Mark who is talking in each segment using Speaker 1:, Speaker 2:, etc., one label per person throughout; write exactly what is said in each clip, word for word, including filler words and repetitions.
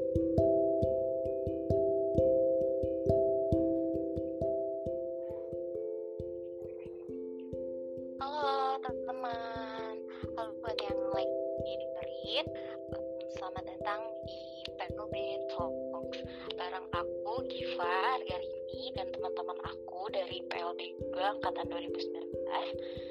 Speaker 1: Halo teman-teman, halo buat yang lagi dengerin. Selamat datang di P L B Talks bareng aku Giva Argarini dan teman-teman aku dari P L B juga angkatan dua ribu sembilan belas.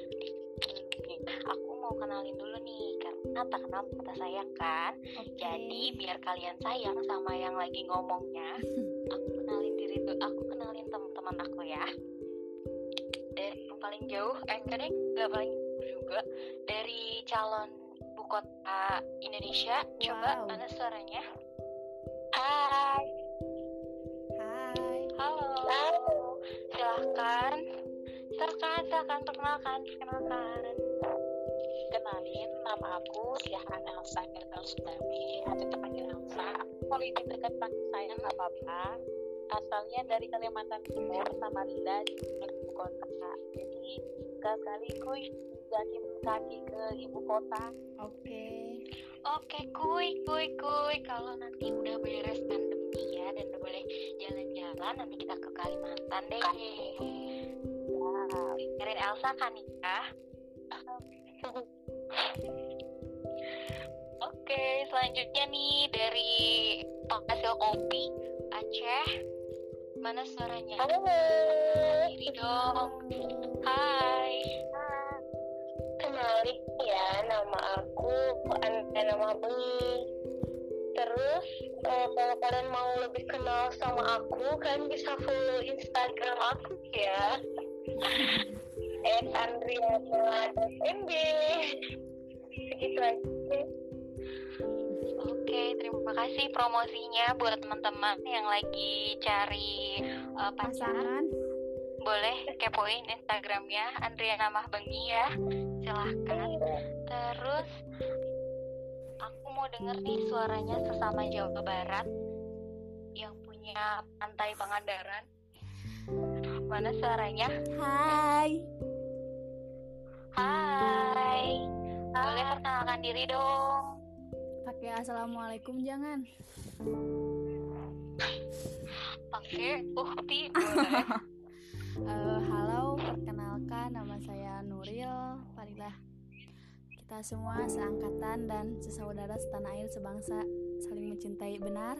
Speaker 1: Aku mau kenalin dulu nih, karena tak kenal maka sayang kan.
Speaker 2: Okay.
Speaker 1: Jadi biar kalian sayang sama yang lagi ngomongnya, aku kenalin diri dulu, aku kenalin teman-teman aku ya. Dari yang paling jauh, eh enggak deh, enggak paling jauh juga, dari calon ibu kota Indonesia. Coba
Speaker 2: Wow.
Speaker 1: mana suaranya? Hai.
Speaker 2: Hai.
Speaker 1: Halo. Halo. Silahkan. Silahkan, silahkan perkenalkan, perkenalkan.
Speaker 3: Kenalin, nama aku Siahan Elsa Gertal Sudami atau terpanggil Elsa. Aku politik dekat panggil saya nggak apa-apa. Asalnya dari Kalimantan Timur, Samarinda di ibu kota. Jadi sekali kuy jakin kaki ke ibu kota.
Speaker 2: Oke.
Speaker 1: Oke, kuy, kuy, kuy. Kalau nanti udah beres pandemi ya dan udah boleh jalan-jalan, nanti kita ke Kalimantan deh.
Speaker 3: Ya,
Speaker 1: Dengerin Elsa kan nikah. Oke, selanjutnya nih dari penghasil kopi Aceh. Mana suaranya?
Speaker 3: halo.
Speaker 1: Diri dong. Hai.
Speaker 3: Kenalin ya, nama aku Anda nama Bengi. Terus eh, kalau kalian mau lebih kenal sama aku, kalian bisa follow Instagram aku ya. at andriana dot m b. Segitu aja.
Speaker 1: Oke, terima kasih promosinya buat teman-teman yang lagi cari uh, pacar.
Speaker 2: Pasangan.
Speaker 1: Boleh kepoin Instagramnya Andriana Mahbengi ya. Silahkan. Terus aku mau denger nih suaranya sesama Jawa Barat yang punya pantai Pangandaran. Mana suaranya?
Speaker 2: Hai.
Speaker 1: Hai. Boleh perkenalkan diri dong.
Speaker 2: Pakai assalamualaikum jangan.
Speaker 1: Pakai ukti boleh.
Speaker 2: Uh, halo, perkenalkan nama saya Nuril Farilah. Kita semua seangkatan dan sesaudara setanah air sebangsa, saling mencintai, benar?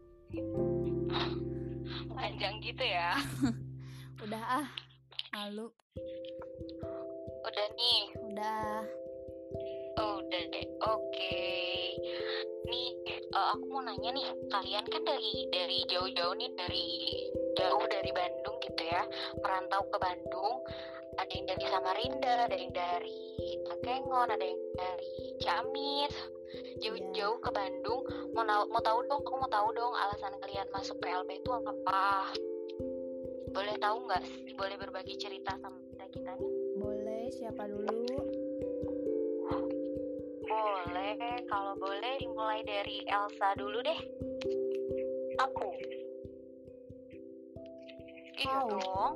Speaker 1: Panjang gitu ya.
Speaker 2: Udah ah, malu.
Speaker 1: Udah nih.
Speaker 2: Udah.
Speaker 1: Oh, udah deh. Oke. Nih, uh, aku mau nanya nih, kalian kan dari dari jauh-jauh nih, dari jauh dari Bandung gitu ya, merantau ke Bandung. Ada yang dari Samarinda, ada yang dari Takengon, ada yang dari Ciamis. Jauh-jauh ke Bandung. Mau na- mau tahu dong, aku mau tahu dong alasan kalian masuk P L B itu apa? Boleh tahu nggak? Boleh berbagi cerita sama kita kita nih?
Speaker 2: Boleh, siapa dulu?
Speaker 1: Boleh, kalau boleh dimulai dari Elsa dulu deh.
Speaker 3: Aku.
Speaker 1: Iya
Speaker 2: Wow.
Speaker 1: dong.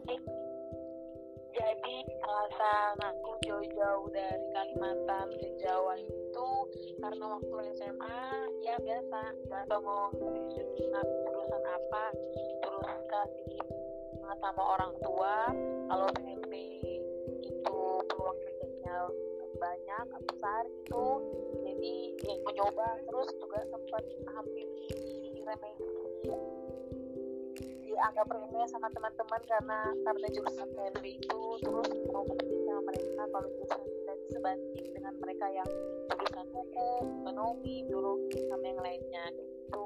Speaker 3: Jadi alasan aku jauh-jauh dari Kalimantan ke Jawa itu karena waktu S M A ya biasa nggak tahu mau jurusan apa, terus kasih sama orang tua kalau pengen itu peluang kerjanya banyak besar gitu, jadi ya mencoba. Terus juga sempat hampir diremehin, dianggap remeh sama teman-teman karena karena jurusan P L B itu. Terus mau bukti sama mereka kalau jurusan kita itu sebanding dengan mereka yang jurusan hukum, ekonomi, biologi sama yang lainnya gitu.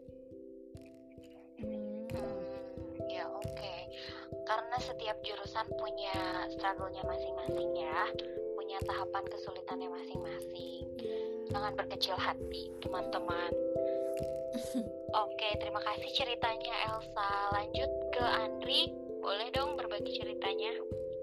Speaker 2: Hmm.
Speaker 1: Hmm, ya oke. Karena setiap jurusan punya struggle-nya masing-masing ya, punya tahapan kesulitannya masing-masing. Jangan berkecil hati, teman-teman. Oke, terima kasih ceritanya Elsa. Lanjut ke Andri, boleh dong berbagi ceritanya?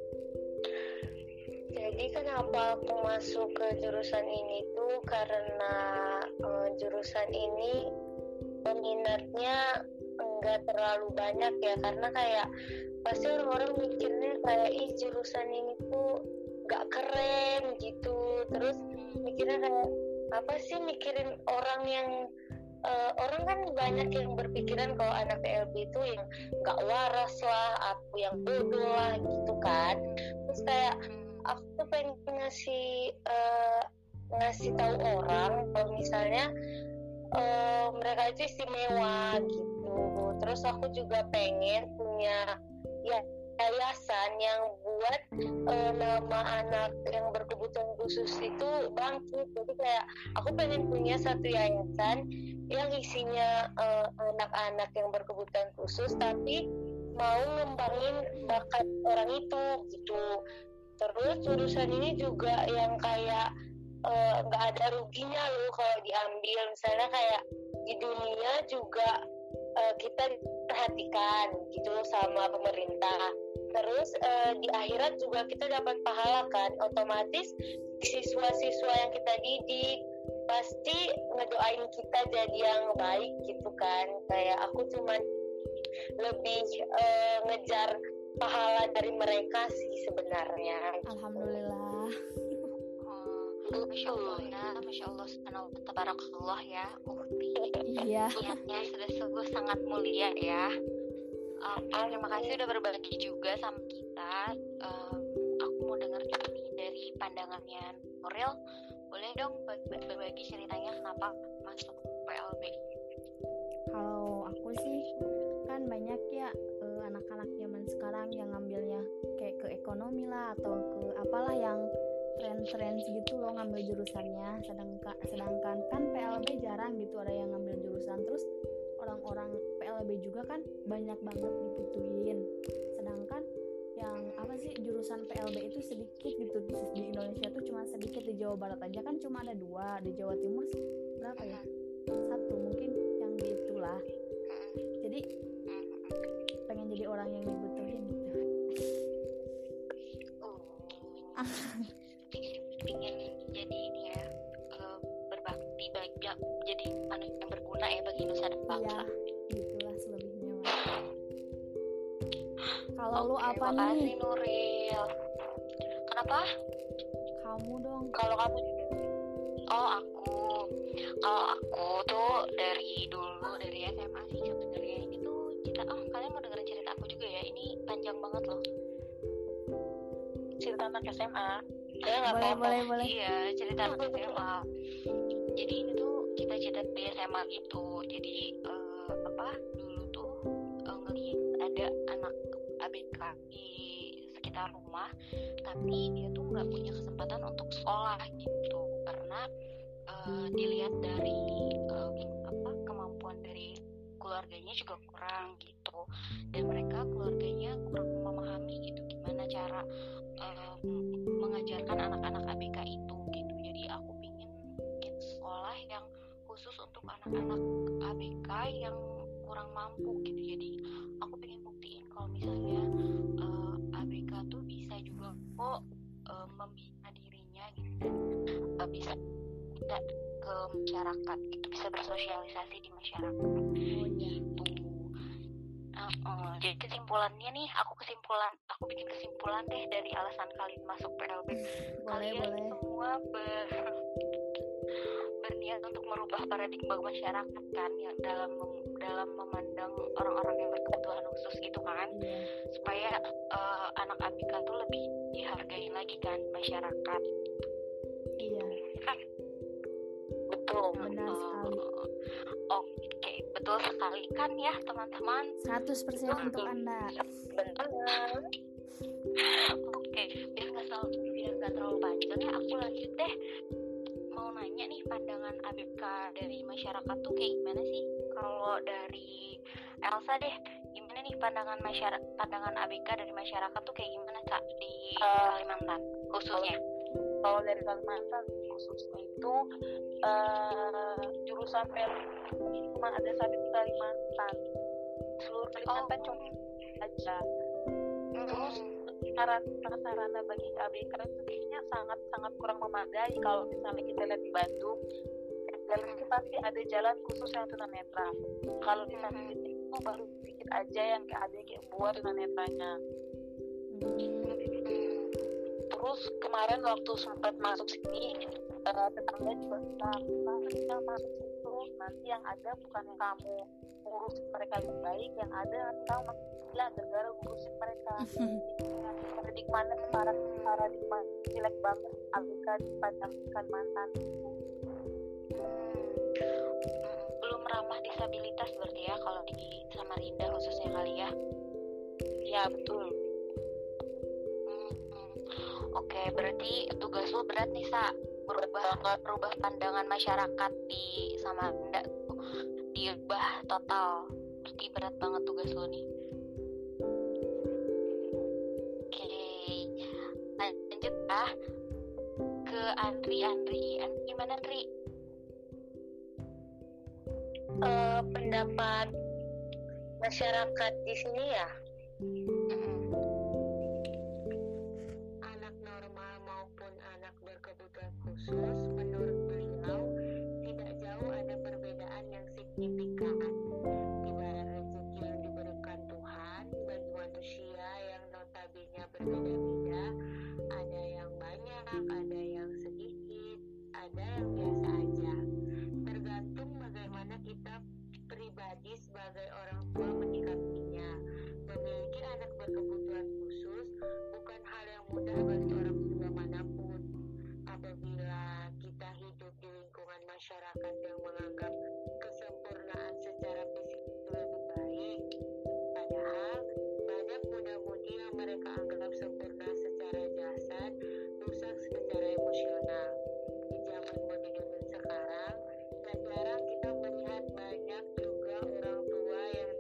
Speaker 4: Jadi kenapa aku masuk ke jurusan ini tuh karena uh, jurusan ini peminatnya enggak terlalu banyak ya, karena kayak pasti orang-orang mikirnya kayak ih jurusan ini tuh gak keren gitu. Terus mikirnya kayak apa sih, mikirin orang yang uh, orang kan banyak yang berpikiran kalau anak P L B itu yang nggak waras lah, aku yang bodoh lah gitu kan. Terus kayak aku tuh pengen ngasih uh, ngasih tahu orang kalau misalnya uh, mereka itu istimewa gitu. Terus aku juga pengen punya ya yayasan yang buat uh, nama anak yang berkebutuhan khusus itu bangkit. Jadi kayak aku pengen punya satu yayasan yang isinya uh, anak-anak yang berkebutuhan khusus tapi mau ngembangin bakat orang itu gitu. Terus jurusan ini juga yang kayak nggak uh, ada ruginya loh kalau diambil. Misalnya kayak di dunia juga uh, kita perhatikan gitu sama pemerintah. Terus uh, di akhirat juga kita dapat pahala kan. Otomatis siswa-siswa yang kita didik pasti ngedoain kita jadi yang baik gitu kan. Kayak aku cuman lebih uh, ngejar pahala dari mereka sih sebenarnya.
Speaker 2: Alhamdulillah.
Speaker 1: Oh, Masya Allah ya, Masya Allah, subhanallah, tabarakallah ya, Ukti.
Speaker 2: Iya.
Speaker 1: Niatnya sudah sungguh sangat mulia ya. Um, terima kasih udah berbagi juga sama kita. Um, aku mau dengar juga nih dari pandangannya Nuril. Boleh dong berbagi ceritanya kenapa masuk P L B?
Speaker 2: Kalau aku sih kan banyak ya uh, anak-anak zaman sekarang yang ngambilnya kayak ke ekonomi lah atau ke apalah yang tren-tren gitu loh ngambil jurusannya, sedangkan sedangkan kan P L B jarang gitu ada yang ngambil jurusan. Terus orang-orang P L B juga kan banyak banget dibutuhin, sedangkan yang apa sih jurusan P L B itu sedikit gitu di, di Indonesia tuh cuma sedikit. Di Jawa Barat aja kan cuma ada dua, di Jawa Timur berapa ya, satu mungkin yang di itulah. Jadi pengen jadi orang yang dibutuhin gitu.
Speaker 1: Oh, pengen jadi ini ya, uh, berbakti bagi jadi anak yang berguna ya bagi nusa dan bangsa.
Speaker 2: Iya, gitulah selebihnya. Kalau lu
Speaker 1: Oke,
Speaker 2: apa
Speaker 1: makasih
Speaker 2: nih?
Speaker 1: Nuril. Kenapa?
Speaker 2: Kamu dong.
Speaker 3: Kalau kamu
Speaker 1: Oh aku, kalau aku tuh dari dulu dari S M A sih sebenarnya. Ini tuh cerita, oh kalian mau dengerin cerita aku juga ya? Ini panjang banget loh.
Speaker 3: cerita anak S M A, ya nggak
Speaker 2: Boleh,
Speaker 3: apa-apa.
Speaker 2: boleh, boleh.
Speaker 1: Iya, cerita anak S M A. Jadi ini tuh cita-cita di S M A gitu. Jadi uh, apa? Dulu tuh uh, ngeliat ada anak A B K di sekitar rumah, tapi dia tuh nggak punya kesempatan untuk sekolah gitu karena uh, dilihat dari uh, apa kemampuan dari keluarganya juga kurang gitu, dan mereka keluarganya kurang memahami gitu gimana cara uh, mengajarkan anak-anak A B K itu gitu. Jadi aku pingin bikin sekolah yang khusus untuk anak-anak A B K yang kurang mampu gitu. Jadi aku pengen buktiin kalau misalnya uh, A B K tuh bisa juga kok uh, membina dirinya gitu, uh, bisa tidak ke masyarakat gitu, bisa bersosialisasi di masyarakat.
Speaker 2: Oh iya.
Speaker 1: Gitu. Uh, uh, jadi kesimpulannya nih, aku kesimpulan, aku bikin kesimpulan deh dari alasan kalian masuk P L B.
Speaker 2: Boleh,
Speaker 1: Kalian
Speaker 2: boleh.
Speaker 1: semua ber, berniat untuk merubah paradigma masyarakat kan, yang dalam mem- dalam memandang orang-orang yang berkebutuhan khusus gitu kan,
Speaker 2: Iya.
Speaker 1: supaya uh, anak A B K tuh lebih dihargai lagi kan masyarakat.
Speaker 2: Iya.
Speaker 1: Kan?
Speaker 3: Betul.
Speaker 2: Benar sekali.
Speaker 1: Oke, betul sekali kan ya teman-teman.
Speaker 2: seratus persen untuk Anda.
Speaker 3: Benar.
Speaker 1: Oke, biar nggak terlalu biar nggak terlalu panjang ya, aku lanjut deh. Mau nanya nih, pandangan A B K dari masyarakat tuh kayak gimana sih? Kalau dari Elsa deh, gimana nih pandangan masyarakat, pandangan A B K dari masyarakat tuh kayak gimana Kak di
Speaker 3: Uh,
Speaker 1: Kalimantan khususnya?
Speaker 3: Kalau dari Kalimantan khususnya itu uh, jurusan P L B ini cuma ada satu di Kalimantan. Seluruh Kalimantan
Speaker 1: Oh.
Speaker 3: cuma aja. Terus sarana bagi A B K itu kayaknya sangat-sangat kurang memadai. Kalau misalnya kita lihat di Bandung, dan itu pasti ada jalan khusus yang tunanetra. Kalau di sana itu baru sedikit aja yang ada kayak buat tunanetranya. Terus kemarin waktu sempat masuk sini, uh, tetangga juga bilang, "Pak, kita masuk situ nanti yang ada bukan kamu ngurus mereka lebih baik, yang ada nanti kamu makin gila gara-gara ngurusin mereka. Paradigma para paradigma jelek banget Alika di Padang Kalimantan itu.
Speaker 1: Belum ramah disabilitas berarti ya kalau di Samarinda khususnya kali ya.
Speaker 3: Ya betul.
Speaker 1: Hmm, hmm. Oke, berarti tugas lo berat nih Sa, berubah berubah pandangan masyarakat di Samarinda tuh diubah total. Berarti berat banget tugas lo nih. Oke, lanjut ah ke Andri Andri Andri gimana Andri?
Speaker 4: Eh, pendapat masyarakat di sini ya,
Speaker 1: Mm-mm.
Speaker 4: anak normal maupun anak berkebutuhan khusus, menurut beliau tidak jauh ada perbedaan yang signifikan. Ibarat rezeki yang diberikan Tuhan bagi manusia yang notabene berbeda-beda, ada yang banyak, ada yang sedikit, ada yang biasa aja. Tergantung bagaimana kita pribadi sebagai orang tua menyikapinya. Memiliki anak berkebutuhan khusus bukan hal yang mudah bagi orang tua manapun. Apabila kita hidup di lingkungan masyarakat yang menganggap kesempurnaan secara fisik itu lebih baik, padahal banyak muda-mudi yang mereka anggap sempurna secara jasad, rusak secara emosional. Di zaman modern sekarang, tak jarang kita melihat banyak juga orang tua yang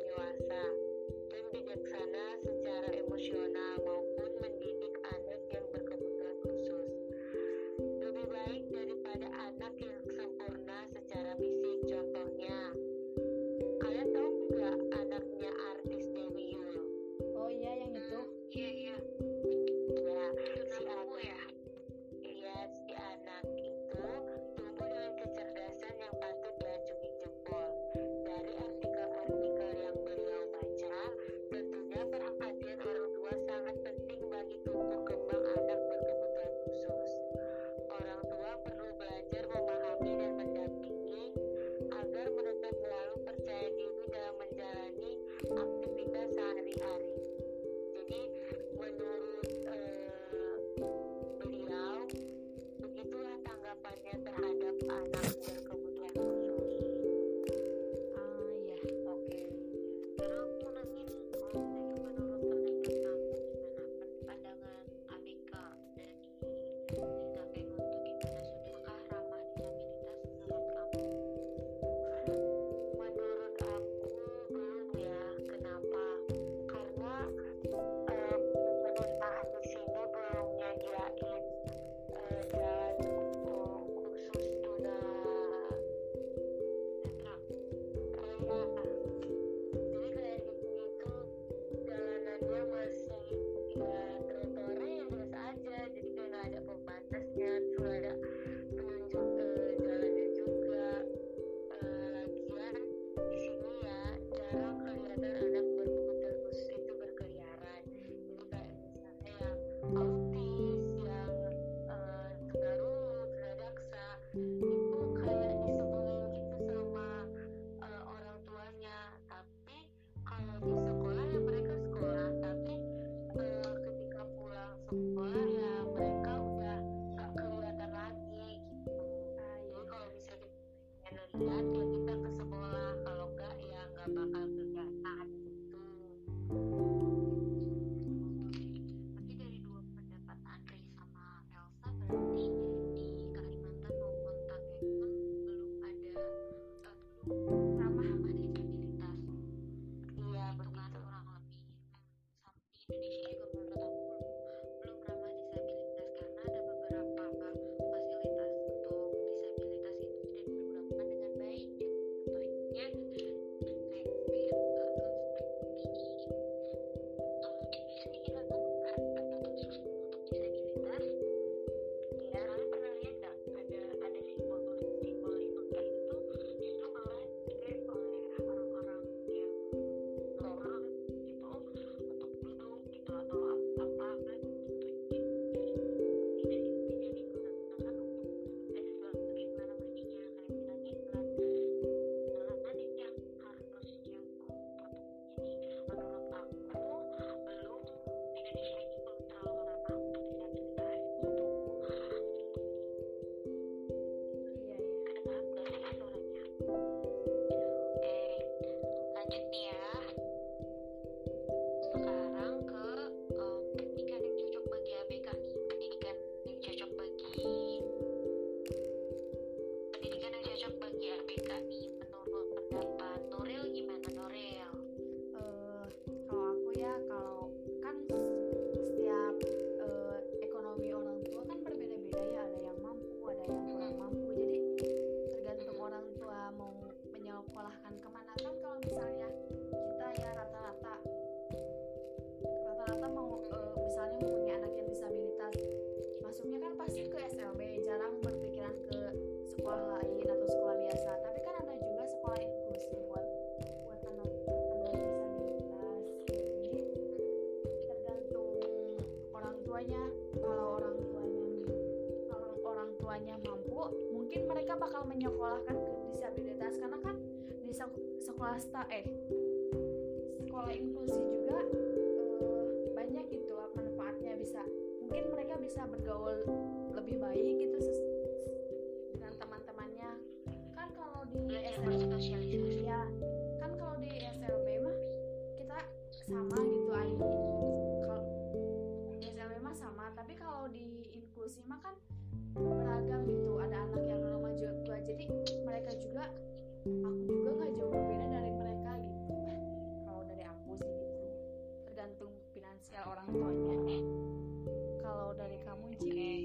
Speaker 2: mereka bakal menyekolahkan ke disabilitas, karena kan di sekolah sta eh sekolah inklusi juga eh, banyak gitu manfaatnya, bisa mungkin mereka bisa bergaul lebih baik gitu dengan teman-temannya. Kan kalau di S L B ya, kan kalau di S L B mah kita sama gitu Ai. Kalau di S L B mah sama, tapi kalau di inklusi mah kan beragam gitu, ada anak yang remaja juga, jadi mereka juga, aku juga nggak jauh berbeda dari mereka gitu. Kalau dari aku sih gitu, tergantung finansial orang tuanya. Kalau dari kamu Ji?
Speaker 1: Okay.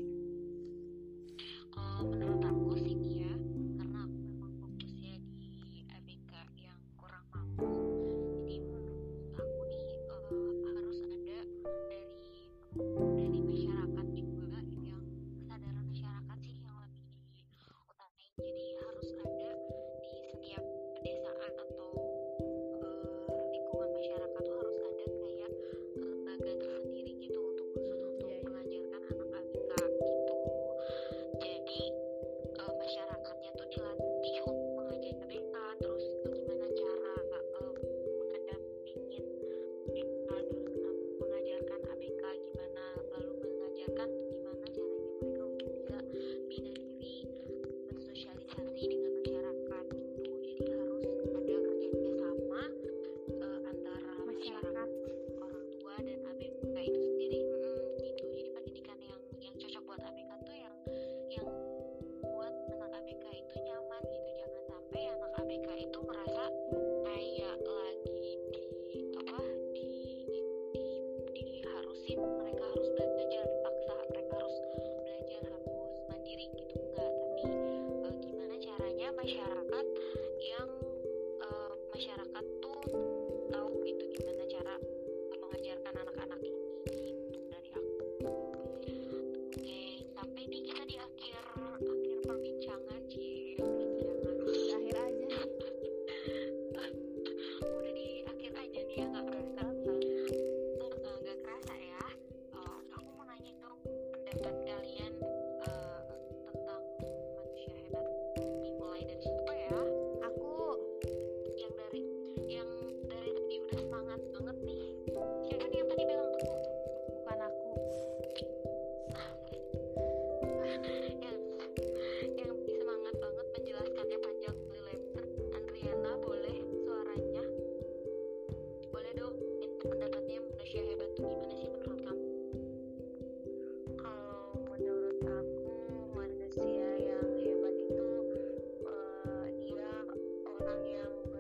Speaker 1: Uh, menurut aku sih nih ya, karena aku memang fokusnya di A B K yang kurang mampu, jadi menurut aku nih uh, harus ada dari dari masyarakat juga, yang kesadaran masyarakat sih yang lebih diutamain. Jadi harus ada di setiap pedesaan atau uh, lingkungan masyarakat tuh harus ada kayak lembaga tersendiri gitu untuk khusus untuk
Speaker 2: Iya, iya.
Speaker 1: mengajarkan anak A B K gitu. Jadi uh, masyarakatnya tuh dilatih untuk mengajar A B K, terus gimana cara uh, mendampingin uh, mengajarkan A B K gimana, lalu mengajarkan gimana caranya mereka untuk bisa bina diri, bersosialisasi dengan masyarakat gitu. Jadi harus ada kerja sama uh, antara masyarakat, orang tua dan A B K itu sendiri. Mm, gitu. Jadi pendidikan yang yang cocok buat A B K tuh yang yang buat anak A B K itu nyaman gitu. Jangan sampai anak A B K itu merasa kayak lagi di apa di di diharusin, mereka harus belajar dipaksa, mereka harus belajar harus mandiri gitu, enggak. Tapi uh, gimana caranya masyarakat yang uh, masyarakat tuh tahu gitu gimana cara mengajarkan anak-anak ini gitu dari aku. Oke, sampai nih kita di akhir akhir perbincangan sih, perbincangan
Speaker 2: Di akhir aja.
Speaker 1: udah di akhir aja nih ya, nggak kerasa uh, nggak kerasa ya. Uh, aku mau nanya dong pendapat kalian uh, tentang manusia hebat. Dimulai dari siapa ya?
Speaker 2: Aku
Speaker 1: Yang dari yang dari tadi udah semangat banget nih. Siapa nih yang tadi bilang aku?
Speaker 2: bukan aku.
Speaker 1: yang yang semangat banget menjelaskannya panjang lebar. Andriana, boleh suaranya? Boleh dong minta pendapatnya manusia hebat tuh gimana sih menurut kamu?
Speaker 4: Kalau menurut aku manusia yang hebat itu eh, dia orang yang